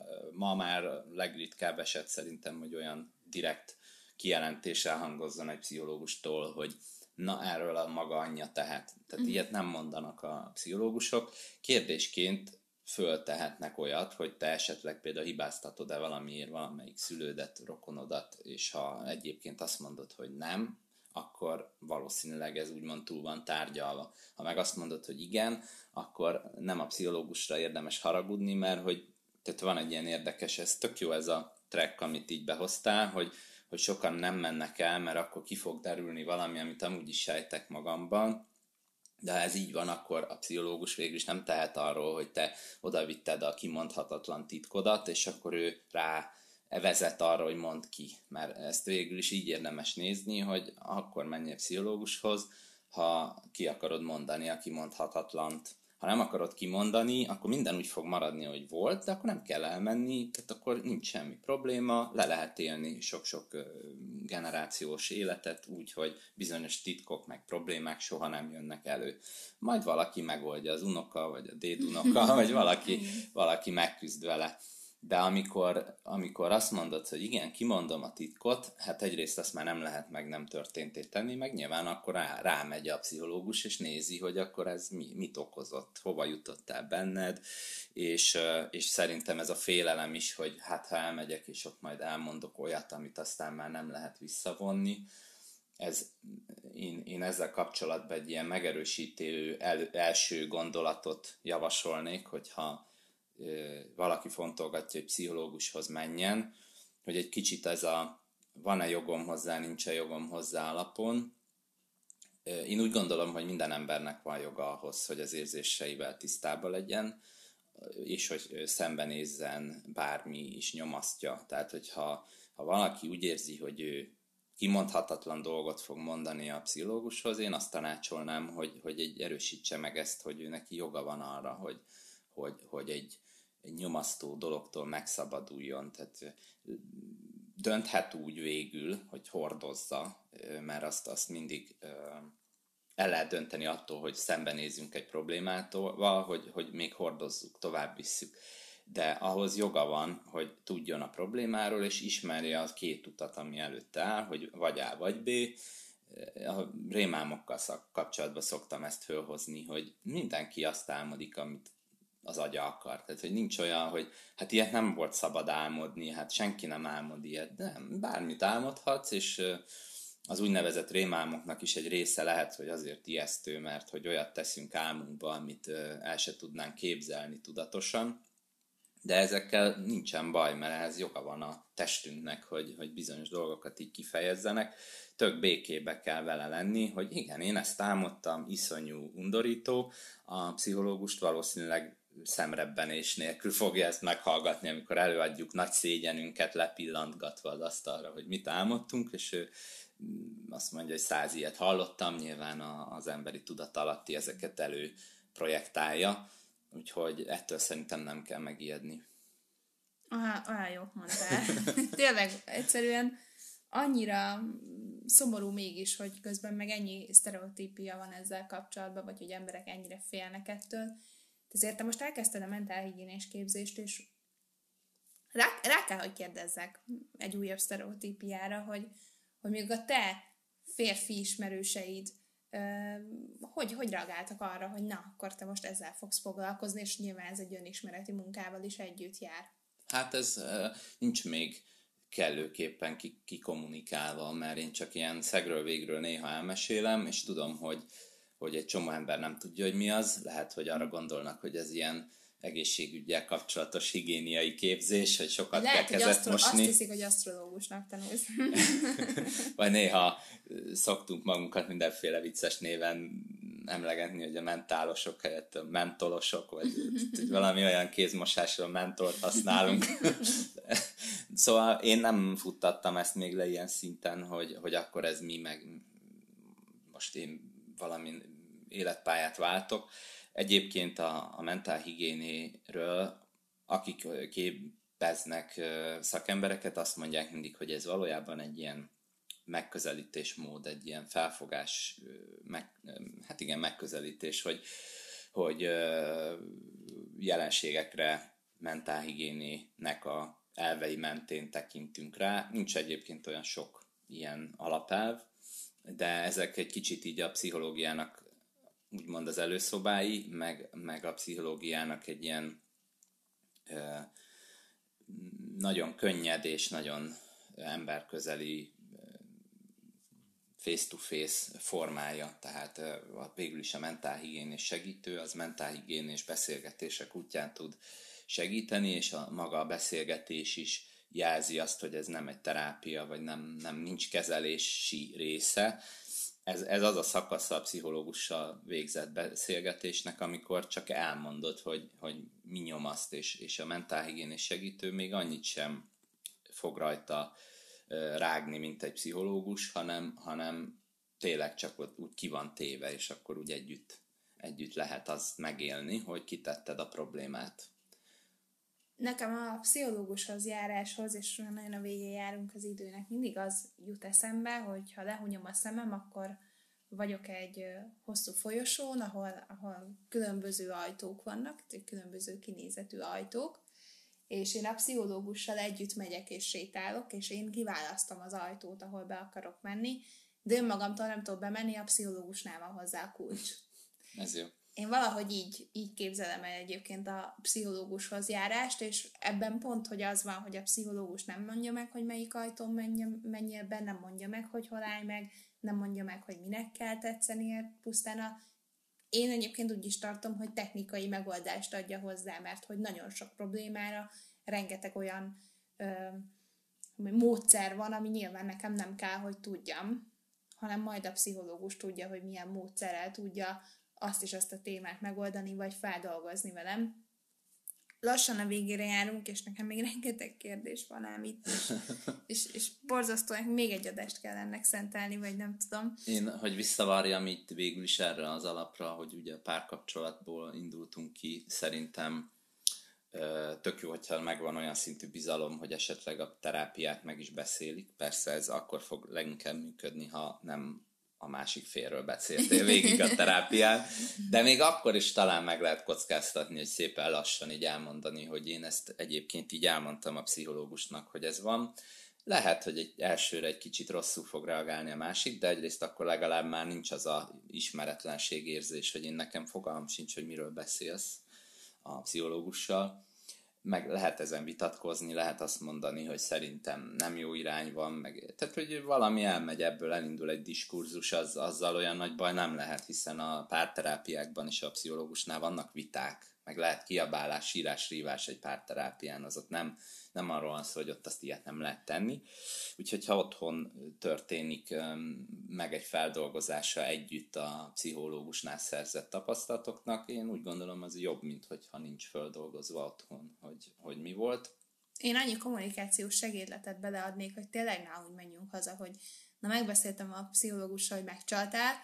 ma már legritkább eset szerintem, hogy olyan direkt kijelentéssel hangozzon egy pszichológustól, hogy na erről a maga anyja tehet. Tehát ilyet nem mondanak a pszichológusok. Kérdésként föltehetnek olyat, hogy te esetleg például hibáztatod-e valamiért valamelyik szülődet, rokonodat, és ha egyébként azt mondod, hogy nem, akkor valószínűleg ez úgymond túl van tárgyalva. Ha meg azt mondod, hogy igen, akkor nem a pszichológusra érdemes haragudni, mert hogy tehát van egy ilyen érdekes, ez tök jó ez a track, amit így behoztál, hogy sokan nem mennek el, mert akkor ki fog derülni valami, amit amúgy is sejtek magamban, de ha ez így van, akkor a pszichológus végül is nem tehet arról, hogy te odavitted a kimondhatatlan titkodat, és akkor ő rá vezet arra, hogy mondd ki. Mert ezt végül is így érdemes nézni, hogy akkor menj egy pszichológushoz, ha ki akarod mondani a kimondhatatlant. Ha nem akarod kimondani, akkor minden úgy fog maradni, hogy volt, de akkor nem kell elmenni, tehát akkor nincs semmi probléma, le lehet élni sok-sok generációs életet úgy, hogy bizonyos titkok meg problémák soha nem jönnek elő. Majd valaki megoldja, az unoka, vagy a dédunoka, vagy valaki megküzd vele. De amikor azt mondod, hogy igen, kimondom a titkot, hát egyrészt azt már nem lehet meg nem történté tenni, meg nyilván akkor rámegy a pszichológus, és nézi, hogy akkor ez mit okozott, hova jutottál benned, és szerintem ez a félelem is, hogy hát ha elmegyek, és ott majd elmondok olyat, amit aztán már nem lehet visszavonni, én ezzel kapcsolatban egy ilyen megerősítő első gondolatot javasolnék, hogyha valaki fontolgatja, hogy pszichológushoz menjen, hogy egy kicsit ez a van-e jogom hozzá, nincs-e jogom hozzá alapon. Én úgy gondolom, hogy minden embernek van joga ahhoz, hogy az érzéseivel tisztában legyen, és hogy szembenézzen bármi is nyomasztja. Tehát, hogyha valaki úgy érzi, hogy ő kimondhatatlan dolgot fog mondani a pszichológushoz, én azt tanácsolnám, hogy erősítse meg ezt, hogy ő neki joga van arra, hogy egy nyomasztó dologtól megszabaduljon. Tehát dönthet úgy végül, hogy hordozza, mert azt mindig el lehet dönteni attól, hogy szembenézünk egy problémától, hogy még hordozzuk, tovább visszük. De ahhoz joga van, hogy tudjon a problémáról, és ismerje a két utat, ami előtte áll, hogy vagy A, vagy B. A rémálmokkal kapcsolatban szoktam ezt fölhozni, hogy mindenki azt álmodik, amit az agya akar. Tehát, hogy nincs olyan, hogy hát ilyet nem volt szabad álmodni, hát senki nem álmod ilyet. Nem, bármit álmodhatsz, és az úgynevezett rémálmoknak is egy része lehet, hogy azért ijesztő, mert hogy olyat teszünk álmunkba, amit el se tudnánk képzelni tudatosan. De ezekkel nincsen baj, mert ehhez joga van a testünknek, hogy bizonyos dolgokat így kifejezzenek. Tök békébe kell vele lenni, hogy igen, én ezt álmodtam, iszonyú undorító, a pszichológust valószínűleg szemrebbenés nélkül fogja ezt meghallgatni, amikor előadjuk nagy szégyenünket lepillantgatva az asztalra, hogy mit álmodtunk, és ő azt mondja, hogy 100 ilyet hallottam, nyilván az emberi tudat alatti ezeket előprojektálja, úgyhogy ettől szerintem nem kell megijedni. Aha, jó mondtál. Tényleg egyszerűen annyira szomorú mégis, hogy közben meg ennyi sztereotípia van ezzel kapcsolatban, vagy hogy emberek ennyire félnek ettől. Ezért te most elkezdted a mentálhigiénés képzést, és rá kell, hogy kérdezzek egy újabb sztereotípiára, hogy még a te férfi ismerőseid hogy reagáltak arra, hogy na, akkor te most ezzel fogsz foglalkozni, és nyilván ez egy önismereti munkával is együtt jár. Hát ez nincs még kellőképpen kikommunikálva, mert én csak ilyen szegről végről néha elmesélem, és tudom, hogy egy csomó ember nem tudja, hogy mi az, lehet, hogy arra gondolnak, hogy ez ilyen egészségügyel kapcsolatos higiéniai képzés, hogy sokat lehet, kell kezet mosni. Azt hiszik, hogy asztrológusnak tanulsz. Vagy néha szoktunk magunkat mindenféle vicces néven emlegetni, hogy a mentálosok helyett a mentolosok, vagy valami olyan kézmosásra mentolt használunk. Szóval én nem futtattam ezt még le ilyen szinten, hogy akkor ez mi, meg most én valami életpályát váltok. Egyébként a mentálhigiénéről, akik képeznek szakembereket, azt mondják mindig, hogy ez valójában egy ilyen megközelítésmód, egy ilyen felfogás, hát igen, megközelítés, hogy jelenségekre mentálhigiénének a elvei mentén tekintünk rá. Nincs egyébként olyan sok ilyen alapelv, de ezek egy kicsit így a pszichológiának úgymond az előszobái, meg a pszichológiának egy ilyen nagyon könnyed és nagyon emberközeli face-to-face formája, tehát végül is a mentálhigiénés segítő, az mentálhigiénés beszélgetések útján tud segíteni, és a maga a beszélgetés is jelzi azt, hogy ez nem egy terápia, vagy nem nincs kezelési része. Ez az a szakasza a pszichológussal végzett beszélgetésnek, amikor csak elmondod, hogy mi nyomaszt, és a mentálhigiénés segítő még annyit sem fog rajta rágni, mint egy pszichológus, hanem tényleg csak ott úgy ki van téve, és akkor úgy együtt lehet azt megélni, hogy kitetted a problémát. Nekem a pszichológushoz járáshoz, és nagyon a végén járunk az időnek, mindig az jut eszembe, hogy ha lehunyom a szemem, akkor vagyok egy hosszú folyosón, ahol különböző ajtók vannak, különböző kinézetű ajtók, és én a pszichológussal együtt megyek és sétálok, és én kiválasztom az ajtót, ahol be akarok menni, de önmagamtól nem tudok bemenni, a pszichológusnál van hozzá a kulcs. Ez jó. Én valahogy így képzelem el egyébként a pszichológushoz járást, és ebben pont, hogy az van, hogy a pszichológus nem mondja meg, hogy melyik ajtón menjél be, nem mondja meg, hogy hol állj meg, nem mondja meg, hogy minek kell tetszenie, pusztán én egyébként úgy is tartom, hogy technikai megoldást adja hozzá, mert hogy nagyon sok problémára rengeteg olyan módszer van, ami nyilván nekem nem kell, hogy tudjam, hanem majd a pszichológus tudja, hogy milyen módszerrel tudja azt is azt a témát megoldani, vagy feldolgozni velem. Lassan a végére járunk, és nekem még rengeteg kérdés van ám itt, és borzasztóan még egy adást kell ennek szentelni, vagy nem tudom. Én, hogy visszavarjam itt végül is erre az alapra, hogy ugye a párkapcsolatból indultunk ki, szerintem tök jó, hogyha megvan olyan szintű bizalom, hogy esetleg a terápiát meg is beszélik. Persze ez akkor fog leginkább működni, ha nem a másik félről beszéltél végig a terápiát, de még akkor is talán meg lehet kockáztatni, hogy szépen lassan így elmondani, hogy én ezt egyébként így elmondtam a pszichológusnak, hogy ez van. Lehet, hogy elsőre egy kicsit rosszul fog reagálni a másik, de egyrészt akkor legalább már nincs az a ismeretlenség érzés, hogy én nekem fogalmam sincs, hogy miről beszélsz a pszichológussal. Meg lehet ezen vitatkozni, lehet azt mondani, hogy szerintem nem jó irány van, tehát hogy valami elmegy ebből, elindul egy diskurzus, azzal olyan nagy baj nem lehet, hiszen a párterápiákban és a pszichológusnál vannak viták, meg lehet kiabálás, sírás, rívás egy párterápián, az ott nem arról van szó, hogy ott azt ilyet nem lehet tenni. Úgyhogy ha otthon történik meg egy feldolgozása együtt a pszichológusnál szerzett tapasztalatoknak, én úgy gondolom, az jobb, mint hogyha nincs feldolgozva otthon, hogy mi volt. Én annyi kommunikációs segédletet beleadnék, hogy tényleg ne úgy menjünk haza, hogy na megbeszéltem a pszichológussal, hogy megcsaltál,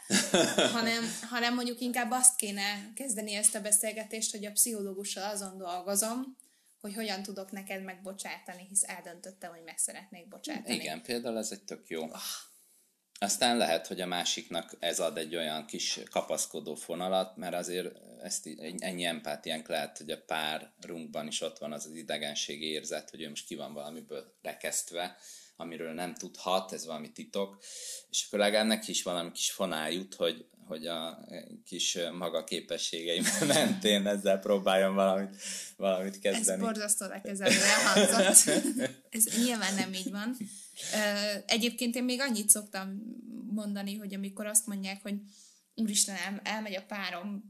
hanem mondjuk inkább azt kéne kezdeni ezt a beszélgetést, hogy a pszichológussal azon dolgozom, hogy hogyan tudok neked megbocsátani, hisz eldöntöttem, hogy meg szeretnék bocsátani. Igen, például ez egy tök jó. Aztán lehet, hogy a másiknak ez ad egy olyan kis kapaszkodó fonalat, mert azért ennyi empátiánk lehet, hogy a párunkban is ott van az idegenség érzet, hogy ő most ki van valamiből rekesztve, amiről nem tudhat, ez valami titok, és akkor legalább neki is valami kis fonál jut, hogy a kis maga képességeim mentén ezzel próbáljon valamit kezdeni. Ez borzasztó lekezelő elhangzott. Ez nyilván nem így van. Egyébként én még annyit szoktam mondani, hogy amikor azt mondják, hogy úristen, elmegy a párom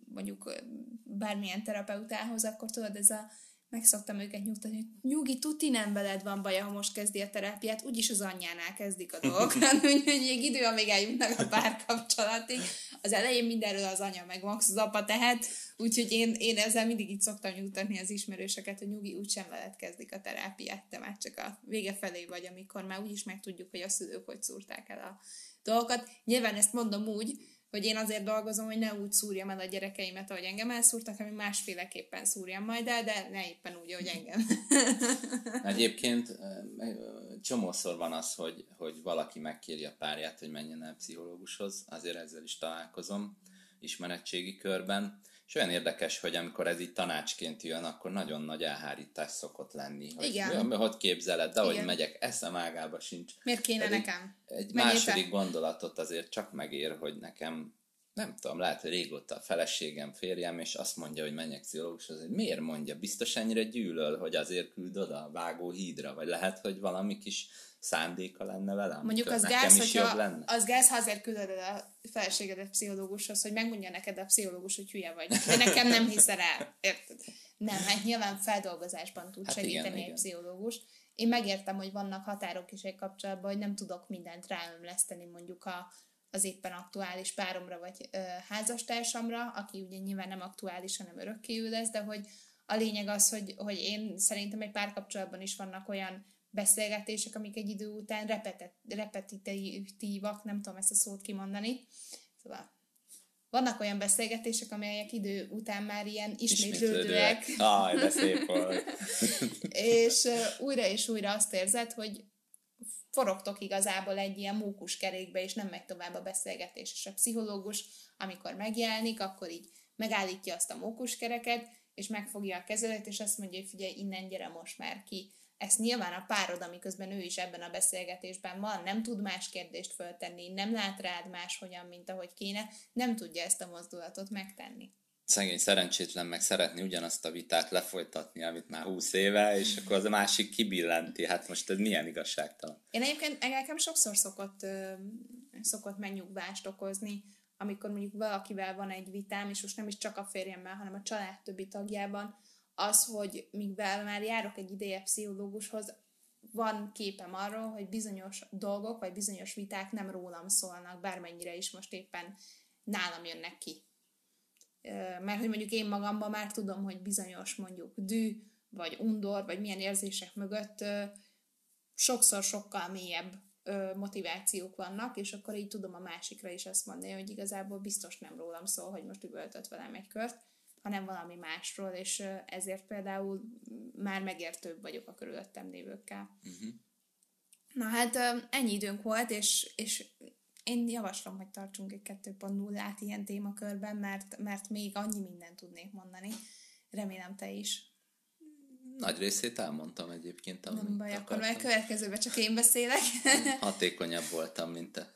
mondjuk bármilyen terapeutához, akkor tudod, meg szoktam őket nyugtatni, hogy nyugi, tuti nem veled van baja, ha most kezdi a terápiát, úgyis az anyjánál kezdik a dolgok, úgyhogy még idő, amíg eljutnak a párkapcsolatig. Az elején mindenről az anya, meg max az apa tehet, úgyhogy én ezzel mindig így szoktam nyugtatni az ismerőseket, hogy nyugi, úgysem veled kezdik a terápiát, te már csak a vége felé vagy, amikor már úgyis megtudjuk, hogy a szülők hogy szúrták el a dolgokat. Nyilván ezt mondom úgy, hogy én azért dolgozom, hogy ne úgy szúrjam el a gyerekeimet, ahogy engem elszúrtak, hanem másféleképpen szúrjam majd el, de ne éppen úgy, ahogy engem. Egyébként csomószor van az, hogy valaki megkéri a párját, hogy menjen el pszichológushoz, azért ezzel is találkozom ismeretségi körben, és olyan érdekes, hogy amikor ez így tanácsként jön, akkor nagyon nagy elhárítás szokott lenni. Hogy igen. Hogy képzeled, de ahogy megyek, eszem ágába sincs. Miért kéne nekem? Egy második gondolatot azért csak megér, hogy nekem, nem tudom, lehet, hogy régóta a feleségem, férjem, és azt mondja, hogy menjek pszichológushoz, hogy miért mondja, biztos ennyire gyűlöl, hogy azért küld oda a vágóhídra, vagy lehet, hogy valami kis szándéka lenne velem. Mondjuk az gáz, hogyha az gáz, ha azért küldöd a feleségedet pszichológushoz, hogy megmondja neked a pszichológus, hogy hülye vagy. De nekem nem hiszel el. Érted? Nem, hát nyilván feldolgozásban tud segíteni egy pszichológus. Én megértem, hogy vannak határok is egy kapcsolatban, hogy nem tudok mindent ráömleszteni mondjuk az éppen aktuális páromra vagy házastársamra, aki ugye nyilván nem aktuális, hanem örökké ő lesz, de hogy a lényeg az, hogy én szerintem egy párkapcsolatban is vannak olyan beszélgetések, amik egy idő után repetitívak, nem tudom ezt a szót kimondani. Szóval vannak olyan beszélgetések, amelyek idő után már ilyen ismétlődőek. De szép volt. és újra azt érzed, hogy forogtok igazából egy ilyen mókuskerékbe, és nem megy tovább a beszélgetés. És a pszichológus, amikor megjelenik, akkor így megállítja azt a mókuskereket, és megfogja a kezedet, és azt mondja, hogy figyelj, innen gyere most már ki. Ezt nyilván a párod, amiközben ő is ebben a beszélgetésben van, nem tud más kérdést föltenni, nem lát rád máshogyan, mint ahogy kéne, nem tudja ezt a mozdulatot megtenni. Szegény szerencsétlen meg szeretni ugyanazt a vitát lefolytatni, amit már 20 éve, és akkor az a másik kibillenti. Hát most ez milyen igazságtalan. Én egyébként nekem sokszor szokott megnyugvást okozni, amikor mondjuk valakivel van egy vitám, és most nem is csak a férjemmel, hanem a család többi tagjában, az, hogy mivel már járok egy ideje pszichológushoz, van képem arról, hogy bizonyos dolgok, vagy bizonyos viták nem rólam szólnak, bármennyire is most éppen nálam jönnek ki. Mert hogy mondjuk én magamban már tudom, hogy bizonyos mondjuk dű, vagy undor, vagy milyen érzések mögött sokszor sokkal mélyebb motivációk vannak, és akkor így tudom a másikra is azt mondani, hogy igazából biztos nem rólam szól, hogy most üvöltött velem egy kört, hanem valami másról, és ezért például már megértőbb vagyok a körülöttem lévőkkel. Uh-huh. Na hát ennyi időnk volt, és én javaslom, hogy tartsunk egy 2.0-át ilyen témakörben, mert még annyi mindent tudnék mondani. Remélem te is. Nagy részét elmondtam egyébként. Nem baj, akkor már következőben csak én beszélek. Hatékonyabb voltam, mint te.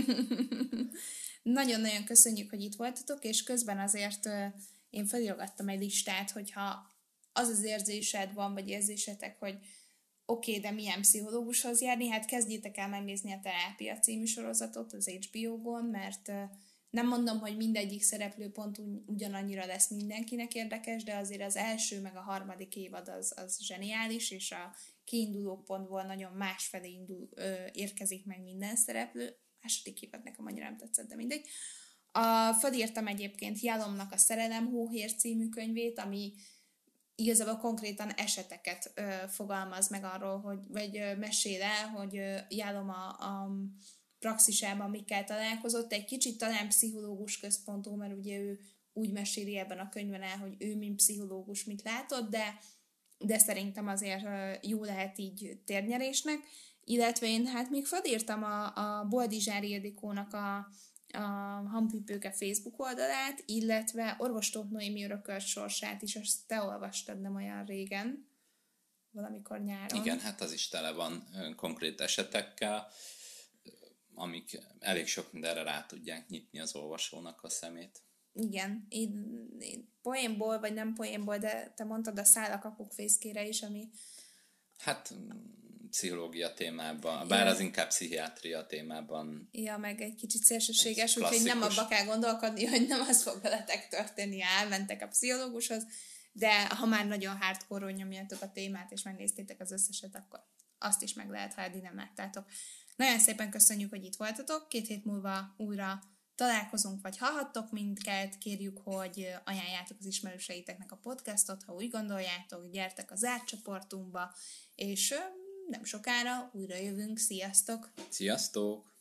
Nagyon-nagyon köszönjük, hogy itt voltatok, és közben azért én felírogattam egy listát, hogyha az érzésed van, vagy érzésetek, hogy oké, de milyen pszichológushoz járni, hát kezdjétek el megnézni a Terápia című sorozatot az HBO-gon, mert nem mondom, hogy mindegyik szereplőpont ugyanannyira lesz mindenkinek érdekes, de azért az első meg a harmadik évad az zseniális, és a kiinduló pontból nagyon másfelé érkezik meg minden szereplő. Második évad nekem annyira nem tetszett, de mindegy. Felírtam egyébként Jalomnak a Szerelem hóhér című könyvét, ami igazából konkrétan eseteket fogalmaz meg arról, vagy mesél el, hogy Jalom a praxisában mikkel találkozott. Egy kicsit talán pszichológus központú, mert ugye ő úgy meséli ebben a könyvben el, hogy ő mint pszichológus mit látott, de szerintem azért jó lehet így térnyerésnek. Illetve én hát még felírtam a Boldizsár Ildikónak a Hampipőke Facebook oldalát, illetve Orvos Tóth Noémi örökölt sorsát is, azt te olvastad nem olyan régen, valamikor nyáron. Igen, hát az is tele van konkrét esetekkel, amik elég sok mindenre rá tudják nyitni az olvasónak a szemét. Igen, én poénból, vagy nem poénból, de te mondtad a Szál a kakuk fészkére is, ami... Hát pszichológia témában, bár az inkább pszichiátria témában. Ja, meg egy kicsit szélsőséges, úgyhogy nem abba kell gondolkodni, hogy nem az fog veletek történni, elmentek a pszichológushoz, de ha már nagyon hardcore-ról nyomjátok a témát, és megnéztétek az összeset, akkor azt is meg lehet, ha eddig nem láttátok. Nagyon szépen köszönjük, hogy itt voltatok, 2 hét múlva újra találkozunk, vagy hallhattok minket, kérjük, hogy ajánljátok az ismerőseiteknek a podcastot, ha úgy gondoljátok, gyertek a zárt csoportunkba, és nem sokára újra jövünk. Sziasztok! Sziasztok!